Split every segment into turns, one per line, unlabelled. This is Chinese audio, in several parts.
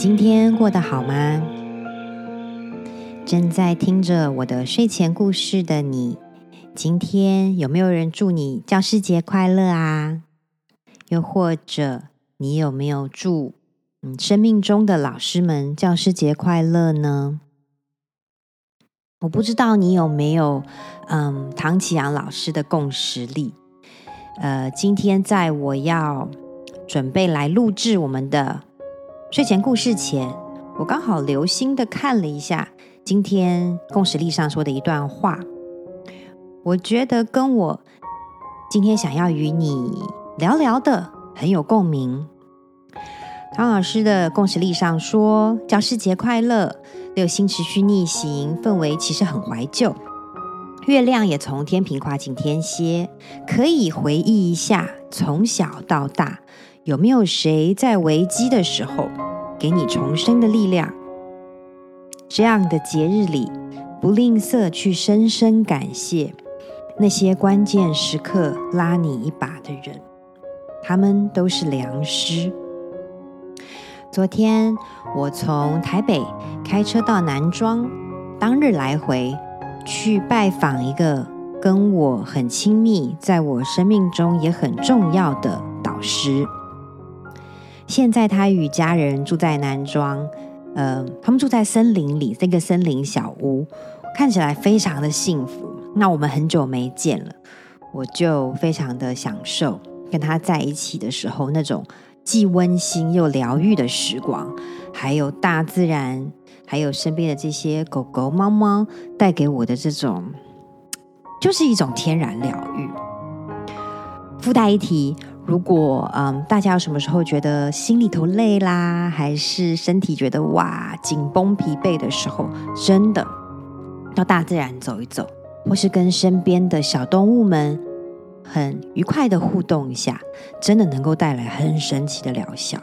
今天过得好吗？正在听着我的睡前故事的你，今天有没有人祝你教师节快乐啊？又或者你有没有祝生命中的老师们教师节快乐呢？我不知道你有没有唐启阳老师的共识力。今天在我要准备来录制我们的睡前故事前，我刚好留心的看了一下今天共识力上说的一段话，我觉得跟我今天想要与你聊聊的很有共鸣。唐老师的共识力上说，教师节快乐，六星持续逆行，氛围其实很怀旧，月亮也从天平跨进天蝎，可以回忆一下从小到大，有没有谁在危机的时候给你重生的力量？这样的节日里，不吝啬去深深感谢那些关键时刻拉你一把的人，他们都是良师。昨天我从台北开车到南庄，当日来回去拜访一个跟我很亲密，在我生命中也很重要的导师。现在他与家人住在南庄，他们住在森林里，这个森林小屋看起来非常的幸福。那我们很久没见了，我就非常的享受跟他在一起的时候那种既温馨又疗愈的时光，还有大自然，还有身边的这些狗狗猫猫带给我的这种，就是一种天然疗愈。附带一提，如果大家有什么时候觉得心里头累啦，还是身体觉得哇紧绷疲惫的时候，真的到大自然走一走，或是跟身边的小动物们很愉快的互动一下，真的能够带来很神奇的疗效。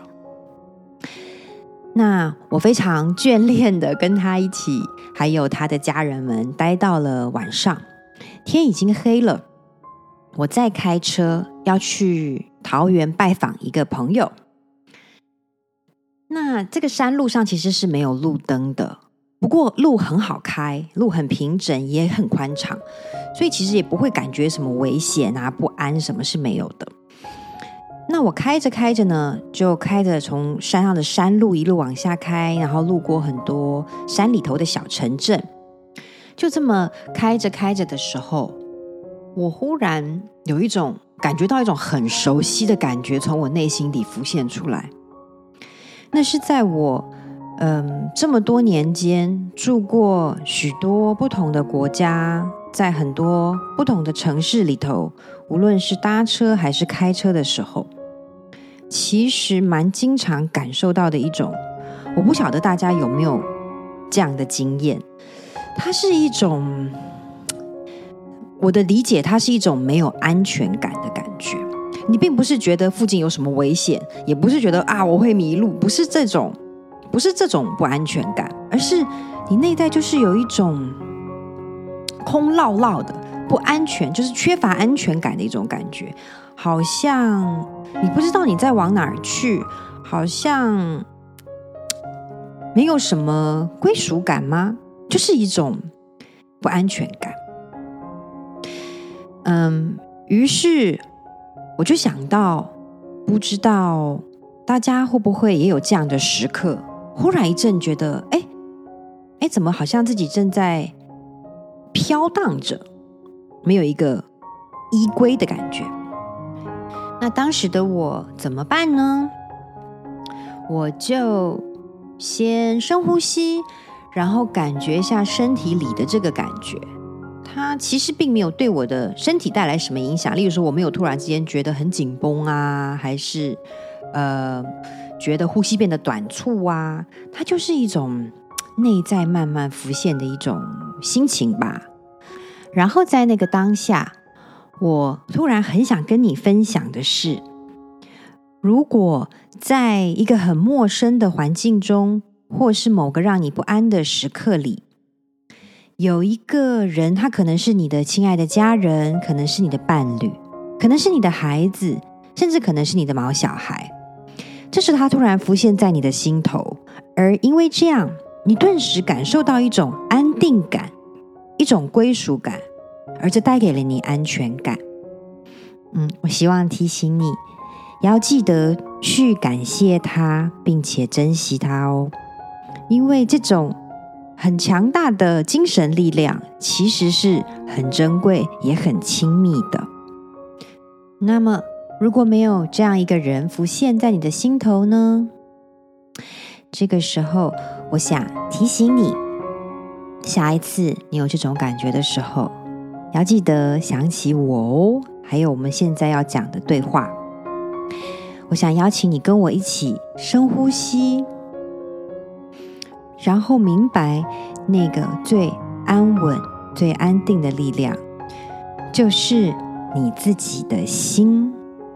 那我非常眷恋的跟他一起，还有他的家人们待到了晚上，天已经黑了，我再开车要去桃园拜访一个朋友。那这个山路上其实是没有路灯的，不过路很好开，路很平整，也很宽敞，所以其实也不会感觉什么危险啊、不安，什么是没有的。那我开着开着呢，就开着从山上的山路一路往下开，然后路过很多山里头的小城镇。就这么开着开着的时候，我忽然有一种感觉到一种很熟悉的感觉从我内心里浮现出来。那是在我这么多年间住过许多不同的国家，在很多不同的城市里头，无论是搭车还是开车的时候，其实蛮经常感受到的一种，我不晓得大家有没有这样的经验，它是一种，我的理解，它是一种没有安全感的感觉。你并不是觉得附近有什么危险，也不是觉得我会迷路，不是这种不安全感，而是你内在就是有一种空落落的不安全，就是缺乏安全感的一种感觉，好像你不知道你在往哪儿去，好像没有什么归属感吗？就是一种不安全感。于是我就想到，不知道大家会不会也有这样的时刻，忽然一阵觉得怎么好像自己正在飘荡着，没有一个依归的感觉。那当时的我怎么办呢？我就先深呼吸，然后感觉一下身体里的这个感觉，它其实并没有对我的身体带来什么影响。例如说，我没有突然之间觉得很紧绷啊，还是觉得呼吸变得短促啊，它就是一种内在慢慢浮现的一种心情吧。然后在那个当下，我突然很想跟你分享的是，如果在一个很陌生的环境中，或是某个让你不安的时刻里，有一个人，他可能是你的亲爱的家人，可能是你的伴侣，可能是你的孩子，甚至可能是你的毛小孩。这时他突然浮现在你的心头， 而因为这样，你顿时感受到一种安定感，一种归属感，而这带给了你安全感。我希望提醒你，要记得去感谢它，并且珍惜它哦。因为这种很强大的精神力量，其实是很珍贵也很亲密的。那么，如果没有这样一个人浮现在你的心头呢？这个时候，我想提醒你，下一次你有这种感觉的时候，要记得想起我哦，还有我们现在要讲的对话。我想邀请你跟我一起深呼吸，然后明白那个最安稳、最安定的力量，就是你自己的心。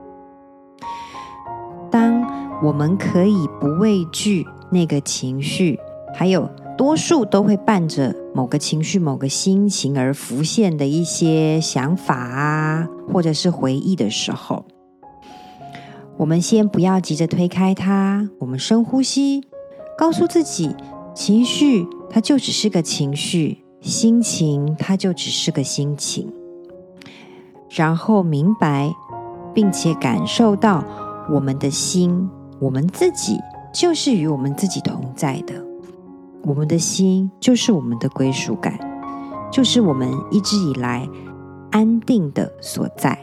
当我们可以不畏惧那个情绪，还有多数都会伴着某个情绪、某个心情而浮现的一些想法啊，或者是回忆的时候，我们先不要急着推开它，我们深呼吸，告诉自己，情绪它就只是个情绪，心情它就只是个心情。然后明白并且感受到我们的心，我们自己就是与我们自己同在的，我们的心就是我们的归属感，就是我们一直以来安定的所在。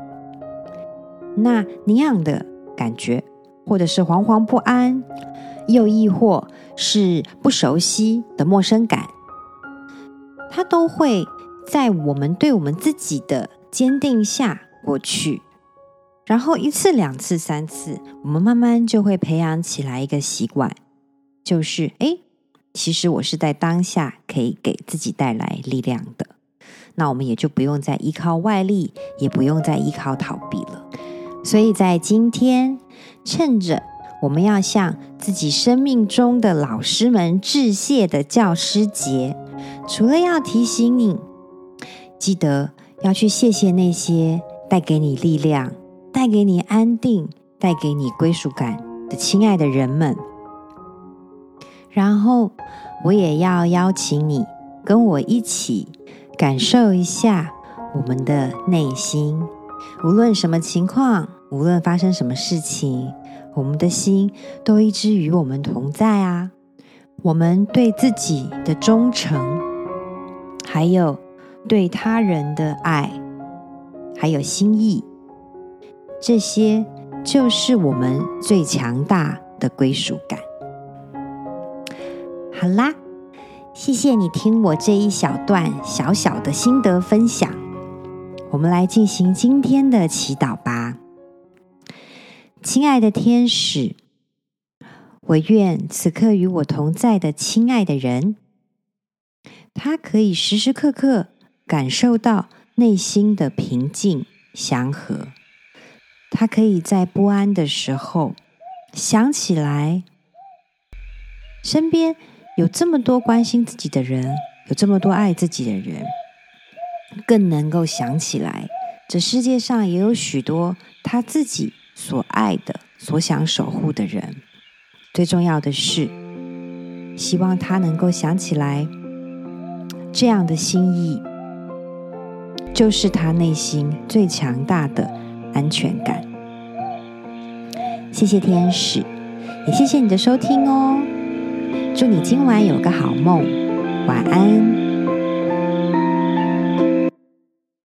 那样的感觉，或者是惶惶不安，又亦或是不熟悉的陌生感，它都会在我们对我们自己的坚定下过去。然后1次、2次、3次，我们慢慢就会培养起来一个习惯，就是其实我是在当下可以给自己带来力量的。那我们也就不用再依靠外力，也不用再依靠逃避了。所以在今天，趁着我们要向自己生命中的老师们致谢的教师节，除了要提醒你，记得要去谢谢那些带给你力量、带给你安定、带给你归属感的亲爱的人们。然后我也要邀请你跟我一起感受一下我们的内心，无论什么情况，无论发生什么事情，我们的心都一直与我们同在啊。我们对自己的忠诚，还有对他人的爱，还有心意，这些就是我们最强大的归属感。好啦，谢谢你听我这一小段小小的心得分享。我们来进行今天的祈祷吧。亲爱的天使，我愿此刻与我同在的亲爱的人，他可以时时刻刻感受到内心的平静祥和，他可以在不安的时候想起来身边有这么多关心自己的人，有这么多爱自己的人，更能够想起来这世界上也有许多他自己所爱的、所想守护的人。最重要的是，希望他能够想起来，这样的心意就是他内心最强大的安全感。谢谢天使，也谢谢你的收听哦。祝你今晚有个好梦，晚安。